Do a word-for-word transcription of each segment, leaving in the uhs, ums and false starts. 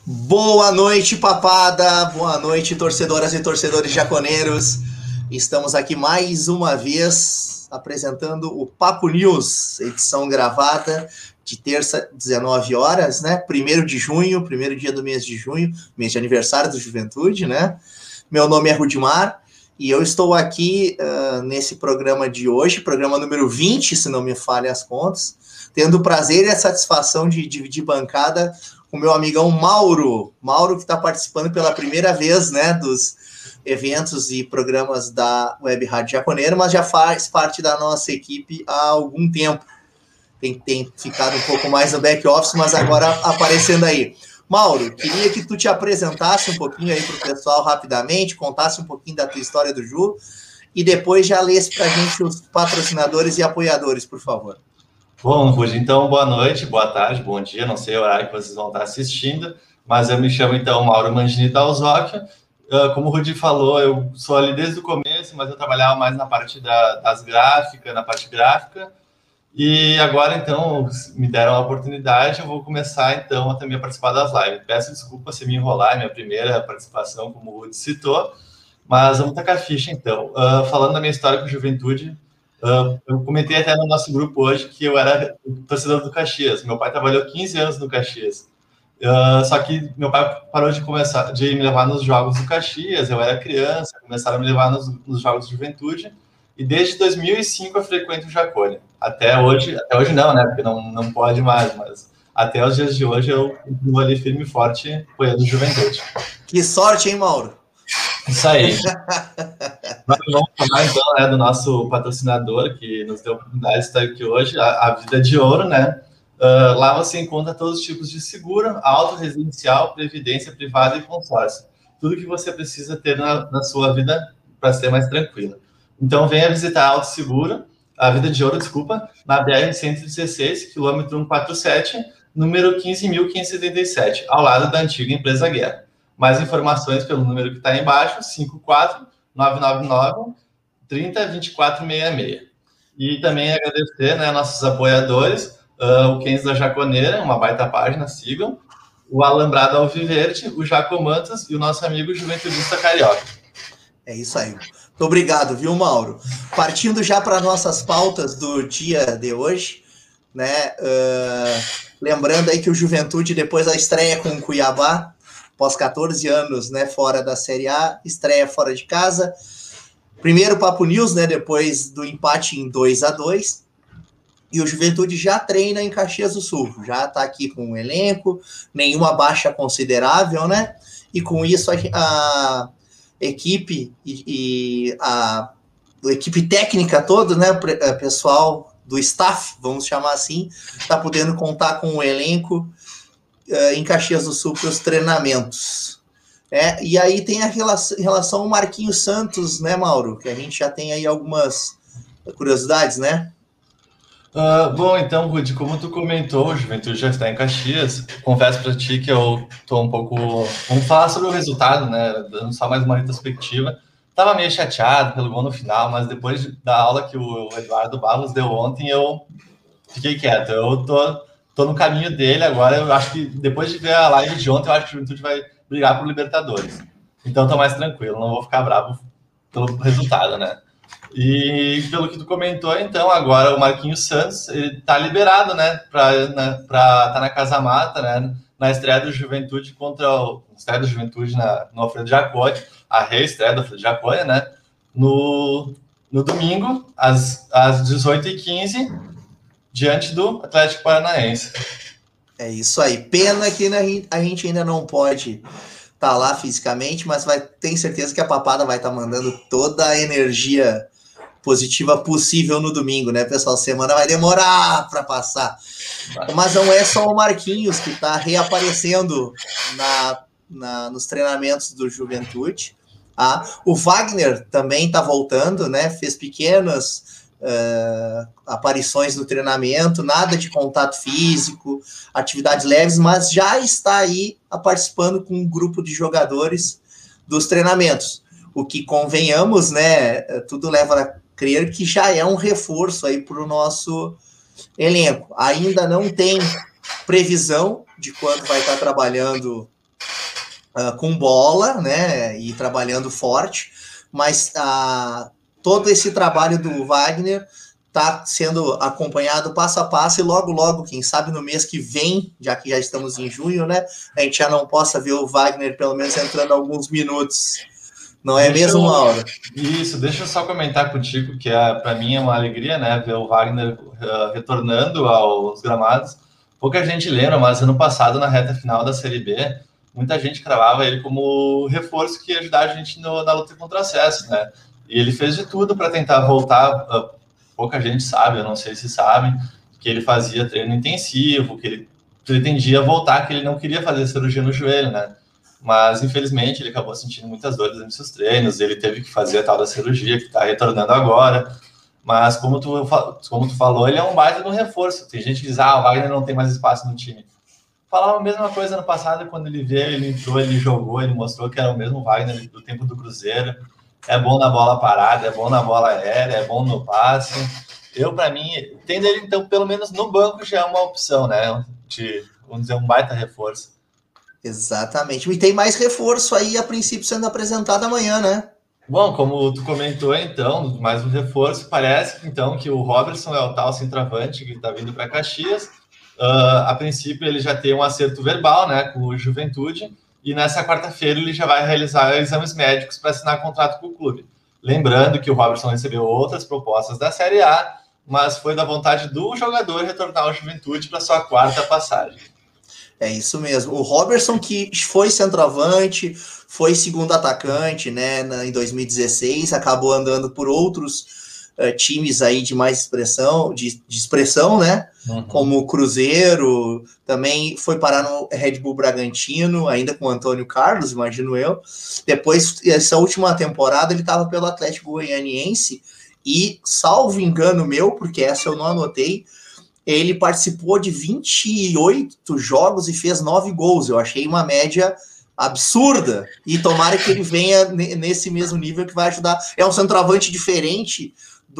Boa noite, papada! Boa noite, torcedoras e torcedores jaconeiros! Estamos aqui mais uma vez apresentando o Papo News, edição gravada de terça, dezenove horas, né? primeiro de junho, primeiro dia do mês de junho, mês de aniversário do Juventude, né? Meu nome é Rudimar e eu estou aqui uh, nesse programa de hoje, programa número vinte, se não me falhem as contas, tendo o prazer e a satisfação de dividir bancada com o meu amigão Mauro, Mauro que está participando pela primeira vez, né, dos eventos e programas da Web Rádio Jaconeiro, mas já faz parte da nossa equipe há algum tempo. Tem, tem ficado um pouco mais no back-office, mas agora aparecendo aí. Mauro, queria que tu te apresentasse um pouquinho aí para o pessoal rapidamente, contasse um pouquinho da tua história do Ju, e depois já lesse para a gente os patrocinadores e apoiadores, por favor. Bom, Rudy, então, boa noite, boa tarde, bom dia, não sei o horário que vocês vão estar assistindo, mas eu me chamo, então, Mauro Mangini Dalzocchio. Uh, como o Rudy falou, eu sou ali desde o começo, mas eu trabalhava mais na parte da, das gráficas, na parte gráfica, e agora, então, me deram a oportunidade, eu vou começar, então, a também a participar das lives. Peço desculpa se me enrolar, é minha primeira participação, como o Rudy citou, mas vamos tacar a ficha, então. Uh, falando da minha história com Juventude, Uh, eu comentei até no nosso grupo hoje que eu era torcedor do Caxias. Meu pai trabalhou quinze anos no Caxias. Uh, só que meu pai parou de começar de me levar nos jogos do Caxias. Eu era criança, começaram a me levar nos, nos jogos de Juventude. E desde dois mil e cinco eu frequento o Jacone. Até hoje, até hoje não, né? Porque não, não pode mais, mas até os dias de hoje eu continuo ali firme e forte apoiando o Juventude. Que sorte, hein, Mauro? Isso aí. Nós vamos falar, então, né, do nosso patrocinador, que nos deu a oportunidade de estar aqui hoje, a, a Vida de Ouro, né? Uh, lá você encontra todos os tipos de seguro, auto, residencial, previdência privada e consórcio. Tudo que você precisa ter na, na sua vida para ser mais tranquila. Então, venha visitar a Auto Seguro, a Vida de Ouro, desculpa, na B R cento e dezesseis, quilômetro cento e quarenta e sete, número quinze mil quinhentos e setenta e sete, ao lado da antiga empresa Guerra. Mais informações pelo número que está aí embaixo, cinco quatro nove nove nove, três zero, dois quatro seis seis. E também agradecer, né, nossos apoiadores, uh, o Kens da Jaconeira, uma baita página, sigam, o Alambrado Alviverde, o Jacomantas e o nosso amigo Juventudista Carioca. É isso aí. Muito obrigado, viu, Mauro? Partindo já para nossas pautas do dia de hoje, né, uh, lembrando aí que o Juventude, depois da estreia com o Cuiabá, após quatorze anos, né, fora da Série A, estreia fora de casa. Primeiro Papo News, né, depois do empate em dois a dois. E o Juventude já treina em Caxias do Sul. Já está aqui com um elenco, nenhuma baixa considerável, né? E com isso a, a equipe e, e a, a equipe técnica toda, né, o pessoal do staff, vamos chamar assim, está podendo contar com o elenco em Caxias do Sul para os treinamentos. É, e aí tem a relação, em relação ao Marquinhos Santos, né, Mauro? Que a gente já tem aí algumas curiosidades, né? Uh, bom, então, Rudy, como tu comentou, o Juventude já está em Caxias. Confesso para ti que eu estou um pouco... Vamos falar sobre o resultado, né? Dando só mais uma retrospectiva. Estava meio chateado pelo gol no final, mas depois da aula que o Eduardo Barros deu ontem, eu fiquei quieto. Eu tô... Tô no caminho dele agora, eu acho que depois de ver a live de ontem, eu acho que o Juventude vai brigar por Libertadores. Então tô mais tranquilo, não vou ficar bravo pelo resultado, né? E pelo que tu comentou, então, agora o Marquinhos Santos, ele tá liberado, né, pra, né, pra tá na Casa Mata, né, na estreia do Juventude contra o... estreia do Juventude na, no Alfredo Jaconi, a reestreia do Alfredo Jaconi, né, no, no domingo, às, às dezoito e quinze, diante do Atlético Paranaense. É isso aí. Pena que a gente ainda não pode estar tá lá fisicamente, mas vai, tenho certeza que a papada vai estar tá mandando toda a energia positiva possível no domingo, né, pessoal? Semana vai demorar para passar. Vai. Mas não é só o Marquinhos que está reaparecendo na, na, nos treinamentos do Juventude. Ah, o Wagner também está voltando, né? Fez pequenas Uh, aparições no treinamento, nada de contato físico, atividades leves, mas já está aí participando com um grupo de jogadores dos treinamentos. O que, convenhamos, né, tudo leva a crer que já é um reforço aí para o nosso elenco. Ainda não tem previsão de quando vai estar trabalhando uh, com bola, né, e trabalhando forte, mas uh, todo esse trabalho do Wagner está sendo acompanhado passo a passo, e logo, logo, quem sabe no mês que vem, já que já estamos em junho, né, a gente já não possa ver o Wagner pelo menos entrando alguns minutos. Não é deixa mesmo, eu, Mauro? Isso, deixa eu só comentar contigo, que é, para mim é uma alegria, né, ver o Wagner uh, retornando aos gramados. Pouca gente lembra, mas ano passado, na reta final da Série B, muita gente cravava ele como reforço que ia ajudar a gente no, na luta contra o acesso, né? E ele fez de tudo para tentar voltar. Uh, pouca gente sabe, eu não sei se sabem, que ele fazia treino intensivo, que ele pretendia voltar, que ele não queria fazer cirurgia no joelho, né? Mas, infelizmente, ele acabou sentindo muitas dores nos seus treinos, ele teve que fazer a tal da cirurgia, que está retornando agora. Mas, como tu, como tu falou, ele é um baita no reforço. Tem gente que diz, ah, o Wagner não tem mais espaço no time. Falava a mesma coisa no passado, quando ele veio, ele entrou, ele jogou, ele mostrou que era o mesmo Wagner do tempo do Cruzeiro. É bom na bola parada, é bom na bola aérea, é bom no passe. Eu, para mim, tendo ele, então, pelo menos no banco, já é uma opção, né? De, vamos dizer, um baita reforço. Exatamente. E tem mais reforço aí, a princípio, sendo apresentado amanhã, né? Bom, como tu comentou, então, mais um reforço. Parece, então, que o Robertson é o tal centroavante que está vindo para Caxias. Uh, a princípio, ele já tem um acerto verbal, né, com o Juventude. E nessa quarta-feira ele já vai realizar exames médicos para assinar contrato com o clube. Lembrando que o Robertson recebeu outras propostas da Série A, mas foi da vontade do jogador retornar ao Juventude para sua quarta passagem. É isso mesmo. O Robertson, que foi centroavante, foi segundo atacante, né, em dois mil e dezesseis, acabou andando por outros uh, times aí de mais expressão, de, de expressão, né, uhum. Como o Cruzeiro, também foi parar no Red Bull Bragantino, ainda com o Antônio Carlos, imagino eu. Depois, essa última temporada, ele estava pelo Atlético Goianiense e, salvo engano meu, porque essa eu não anotei, ele participou de vinte e oito jogos e fez nove gols. Eu achei uma média absurda. E tomara que ele venha nesse mesmo nível, que vai ajudar. É um centroavante diferente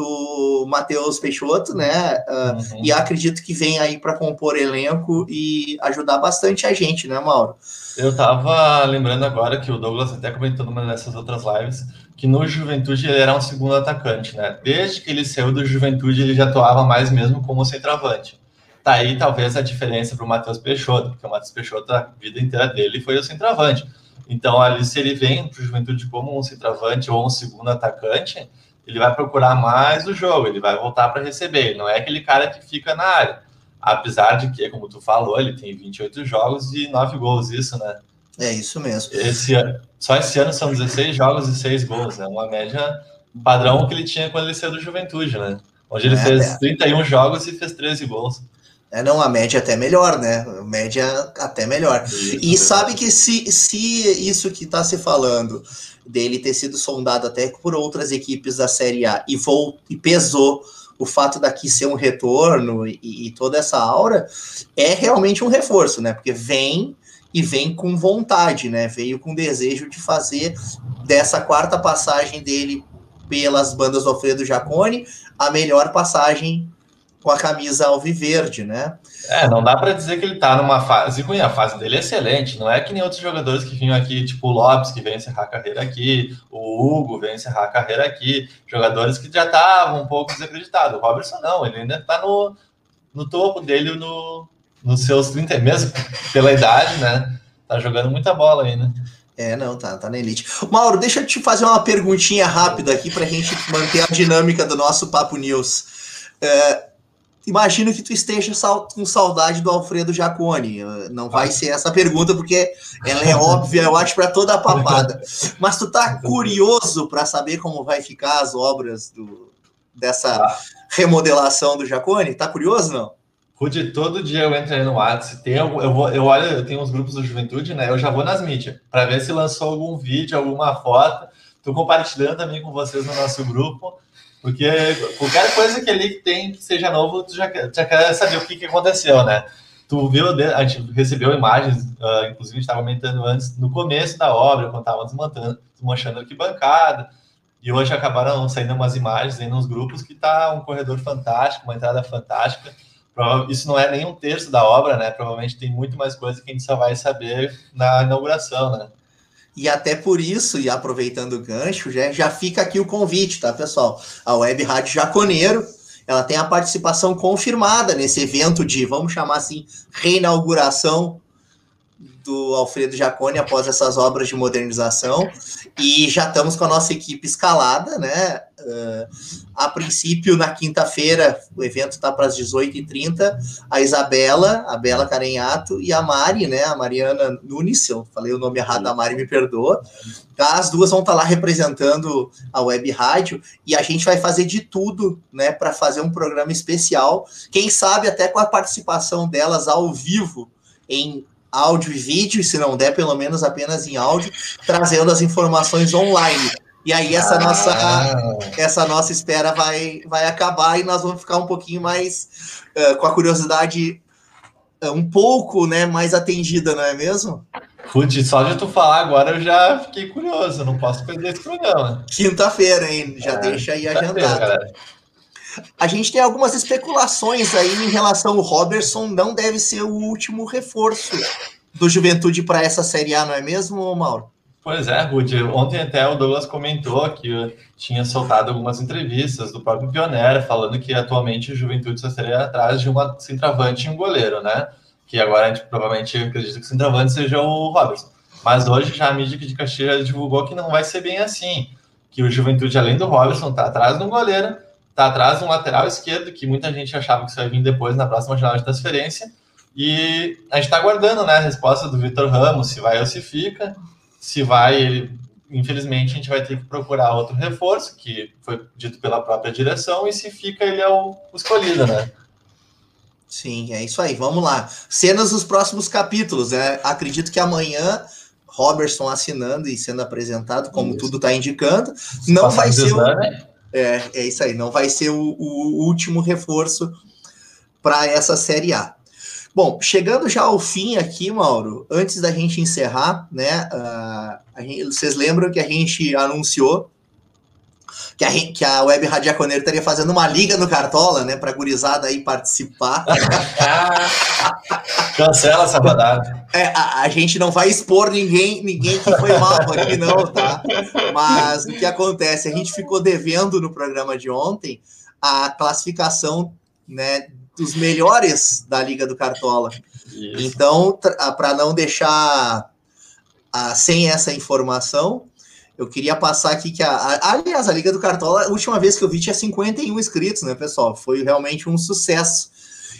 do Matheus Peixoto, né? Uhum. E acredito que vem aí para compor elenco e ajudar bastante a gente, né, Mauro? Eu tava lembrando agora que o Douglas até comentou numa dessas outras lives que no Juventude ele era um segundo atacante, né? Desde que ele saiu do Juventude, ele já atuava mais mesmo como centroavante. Tá aí talvez a diferença para o Matheus Peixoto, porque o Matheus Peixoto, a vida inteira dele foi o centroavante. Então, ali, se ele vem para o Juventude como um centroavante ou um segundo atacante, ele vai procurar mais o jogo, ele vai voltar para receber. Ele não é aquele cara que fica na área. Apesar de que, como tu falou, ele tem vinte e oito jogos e nove gols, isso, né? É isso mesmo. Esse ano, só esse ano são dezesseis jogos e seis gols, né? Uma média padrão que ele tinha quando ele saiu do Juventude, né? Onde ele é, fez é. trinta e um jogos e fez treze gols. É, não, a média até melhor, né? A média até melhor. Isso, e é sabe que se, se isso que está se falando dele ter sido sondado até por outras equipes da Série A e, vol- e pesou o fato daqui ser um retorno e, e toda essa aura, é realmente um reforço, né? Porque vem e vem com vontade, né? Veio com desejo de fazer dessa quarta passagem dele pelas bandas do Alfredo Jaconi a melhor passagem com a camisa alviverde, né? É, não dá para dizer que ele tá numa fase ruim, a fase dele é excelente, não é que nem outros jogadores que vinham aqui, tipo o Lopes, que vem encerrar a carreira aqui, o Hugo vem encerrar a carreira aqui, jogadores que já estavam um pouco desacreditados. O Robertson não, ele ainda tá no, no topo dele, no, nos seus trinta, mesmo pela idade, né? Tá jogando muita bola ainda. É, não, tá, tá na elite. Mauro, deixa eu te fazer uma perguntinha rápida aqui pra gente manter a dinâmica do nosso Papo News. É, imagino que tu esteja com saudade do Alfredo Jaconi. Não vai ser essa pergunta, porque ela é óbvia, eu acho, para toda a papada. Mas tu tá curioso para saber como vai ficar as obras do, dessa remodelação do Jaconi? Tá curioso, não? Rudy, todo dia eu entro aí no WhatsApp, tem algum, eu, vou, eu olho, eu tenho uns grupos da Juventude, né? Eu já vou nas mídias, para ver se lançou algum vídeo, alguma foto. Tô compartilhando também com vocês no nosso grupo, porque qualquer coisa que ali tem que seja novo, tu já, já quer saber o que, que aconteceu, né? Tu viu, a gente recebeu imagens, uh, inclusive a gente estava comentando antes, no começo da obra, quando estava desmontando, desmanchando a arquibancada, e hoje acabaram saindo umas imagens aí nos grupos que tá um corredor fantástico, uma entrada fantástica. Isso não é nem um terço da obra, né? Provavelmente tem muito mais coisa que a gente só vai saber na inauguração, né? E até por isso, e aproveitando o gancho, já, já fica aqui o convite, tá, pessoal? A Web Rádio Jaconeiro, ela tem a participação confirmada nesse evento de, vamos chamar assim, reinauguração do Alfredo Jaconi após essas obras de modernização, e já estamos com a nossa equipe escalada, né? Uh, a princípio, na quinta-feira, o evento está para as dezoito e trinta, a Isabela, a Bela Carenhato e a Mari, né? A Mariana Nunes, se eu falei o nome errado, a Mari me perdoa. As duas vão estar lá representando a Web Rádio, e a gente vai fazer de tudo, né, para fazer um programa especial, quem sabe até com a participação delas ao vivo, em áudio e vídeo, e se não der, pelo menos apenas em áudio, trazendo as informações online. E aí essa, ah. nossa, essa nossa espera vai, vai acabar e nós vamos ficar um pouquinho mais uh, com a curiosidade uh, um pouco, né, mais atendida, não é mesmo? Ruth, só de tu falar agora eu já fiquei curioso, não posso perder esse programa. Quinta-feira, hein? Já é, deixa aí agendado. A gente tem algumas especulações aí em relação ao Robertson, não deve ser o último reforço do Juventude para essa Série A, não é mesmo, Mauro? Pois é, Ruth. Ontem até o Douglas comentou que tinha soltado algumas entrevistas do próprio Pionera, falando que atualmente o Juventude só estaria atrás de uma centroavante e um goleiro, né? Que agora a gente provavelmente acredita que o centroavante seja o Robertson. Mas hoje já a mídia de Caxias divulgou que não vai ser bem assim, que o Juventude, além do Robertson, está atrás de um goleiro, está atrás de um lateral esquerdo, que muita gente achava que isso ia vir depois na próxima janela de transferência, e a gente está aguardando, né, a resposta do Vitor Ramos, se vai ou se fica. Se vai, ele, infelizmente, a gente vai ter que procurar outro reforço, que foi dito pela própria direção, e se fica, ele é o, o escolhido, né? Sim, é isso aí, vamos lá. Cenas dos próximos capítulos, né? Acredito que amanhã, Robertson assinando e sendo apresentado, como isso. Tudo está indicando, não Passar vai ser o... É, é isso aí, não vai ser o, o último reforço para essa Série A. Bom, chegando já ao fim aqui, Mauro, antes da gente encerrar, né, uh, a gente, vocês lembram que a gente anunciou que a, que a Web Rádio Jaconeiro estaria fazendo uma liga no Cartola, né, para a gurizada aí participar. Cancela essa rodada. É, a, a gente não vai expor ninguém, ninguém que foi mal aqui não, tá? Mas o que acontece, a gente ficou devendo no programa de ontem a classificação, né, dos melhores da Liga do Cartola. Isso. Então, para não deixar a, sem essa informação, eu queria passar aqui que, a, a, aliás, a Liga do Cartola, a última vez que eu vi tinha cinquenta e um inscritos, né, pessoal? Foi realmente um sucesso.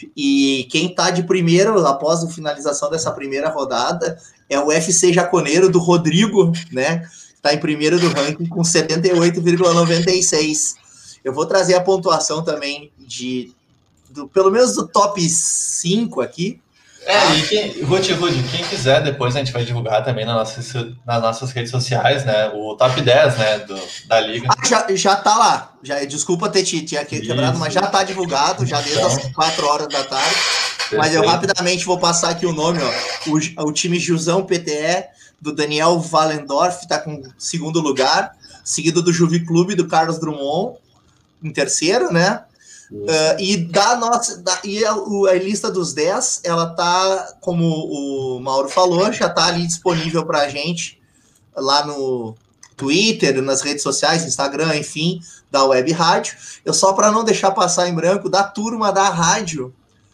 E quem está de primeiro, após a finalização dessa primeira rodada, é o F C Jaconeiro do Rodrigo, né? Está em primeiro do ranking com setenta e oito vírgula noventa e seis. Eu vou trazer a pontuação também de... Do, pelo menos do top cinco aqui. É, ah. e quem, Ruth, Ruth, quem quiser, depois a gente vai divulgar também nas nossas, nas nossas redes sociais, né? O top dez, né, do, da Liga. Ah, já, já tá lá. Já, desculpa ter te, te quebrado, mas já tá divulgado, já desde então, as quatro horas da tarde. Perfeito. Mas eu rapidamente vou passar aqui o nome, ó. O, o time Jusão P T E, do Daniel Wallendorf, tá com segundo lugar, seguido do Juvi Clube, do Carlos Drummond, em terceiro, né? Uh, e da nossa da, e a, a lista dos dez, ela tá, como o Mauro falou, já tá ali disponível pra gente lá no Twitter, nas redes sociais, Instagram, enfim, da Web Rádio. Eu só para não deixar passar em branco, da turma da rádio,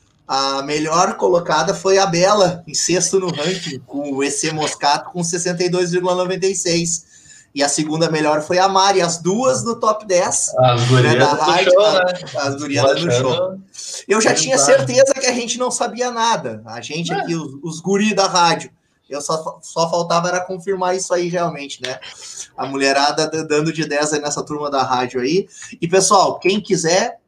a melhor colocada foi a Bela, em sexto no ranking, com o E C Moscato com sessenta e dois vírgula noventa e seis. E a segunda melhor foi a Mari, as duas no top dez. As gurias né, da rádio, show, né? As gurias no show. Eu já tinha certeza que a gente não sabia nada. A gente aqui, os, os guris da rádio. Eu só, só faltava era confirmar isso aí realmente, né? A mulherada dando de dez aí nessa turma da rádio aí. E, pessoal, quem quiser,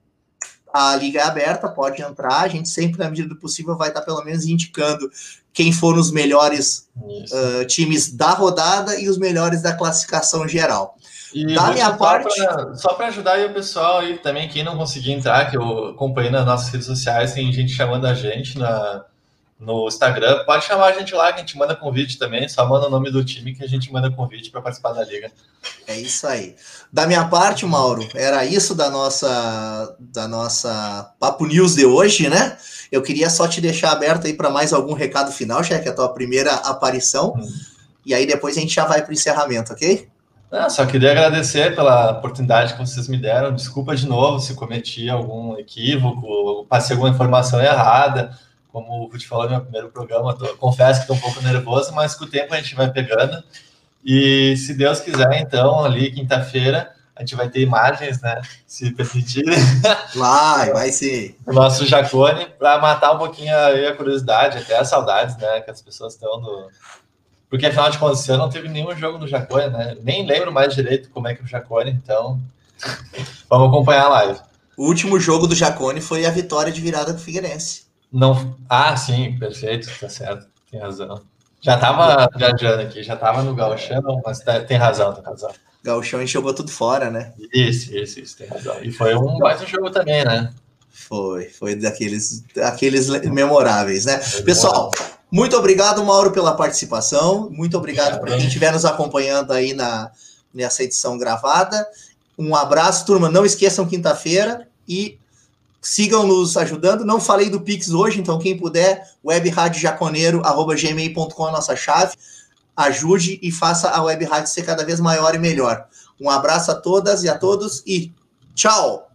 a liga é aberta, pode entrar. A gente sempre, na medida do possível, vai estar pelo menos indicando quem foram os melhores uh, times da rodada e os melhores da classificação geral. E da minha parte... Pra, só para ajudar aí o pessoal aí também, quem não conseguir entrar, que eu acompanhei nas nossas redes sociais, tem gente chamando a gente na, no Instagram, pode chamar a gente lá, que a gente manda convite também, só manda o nome do time que a gente manda convite para participar da liga. É isso aí. Da minha parte, Mauro, era isso da nossa, da nossa Papo News de hoje, né? Eu queria só te deixar aberto aí para mais algum recado final, já que é a tua primeira aparição. Hum. e aí depois a gente já vai para o encerramento, ok? Ah, só queria agradecer pela oportunidade que vocês me deram. Desculpa de novo se cometi algum equívoco, passei alguma informação errada. Como o Ruth falou no meu primeiro programa, tô, confesso que estou um pouco nervoso, mas com o tempo a gente vai pegando. E se Deus quiser, então, ali quinta-feira, a gente vai ter imagens, né? Se permitirem. Vai, vai sim. O nosso Jacone, para matar um pouquinho a, a curiosidade, até as saudades, né? Que as pessoas estão do... Porque, afinal de contas, esse ano não teve nenhum jogo do Jacone, né? Nem lembro mais direito como é que é o Jacone, então vamos acompanhar a live. O último jogo do Jacone foi a vitória de virada do Figueirense. Não... Ah, sim, perfeito, tá certo, tem razão. Já tava viajando aqui, já tava no Gauchão, mas tá, tem razão, tem razão. Gauchão, a gente jogou tudo fora, né? Isso, isso, isso, tem razão. E foi um mais um jogo também, né? Foi, foi daqueles, daqueles memoráveis, né? Pessoal, muito obrigado, Mauro, pela participação. Muito obrigado para quem estiver nos acompanhando aí na, nessa edição gravada. Um abraço, turma. Não esqueçam quinta-feira e sigam nos ajudando. Não falei do Pix hoje, então quem puder, webradiojaconeiro arroba gmail ponto com é a nossa chave. Ajude e faça a Web Rádio ser cada vez maior e melhor. Um abraço a todas e a todos e tchau!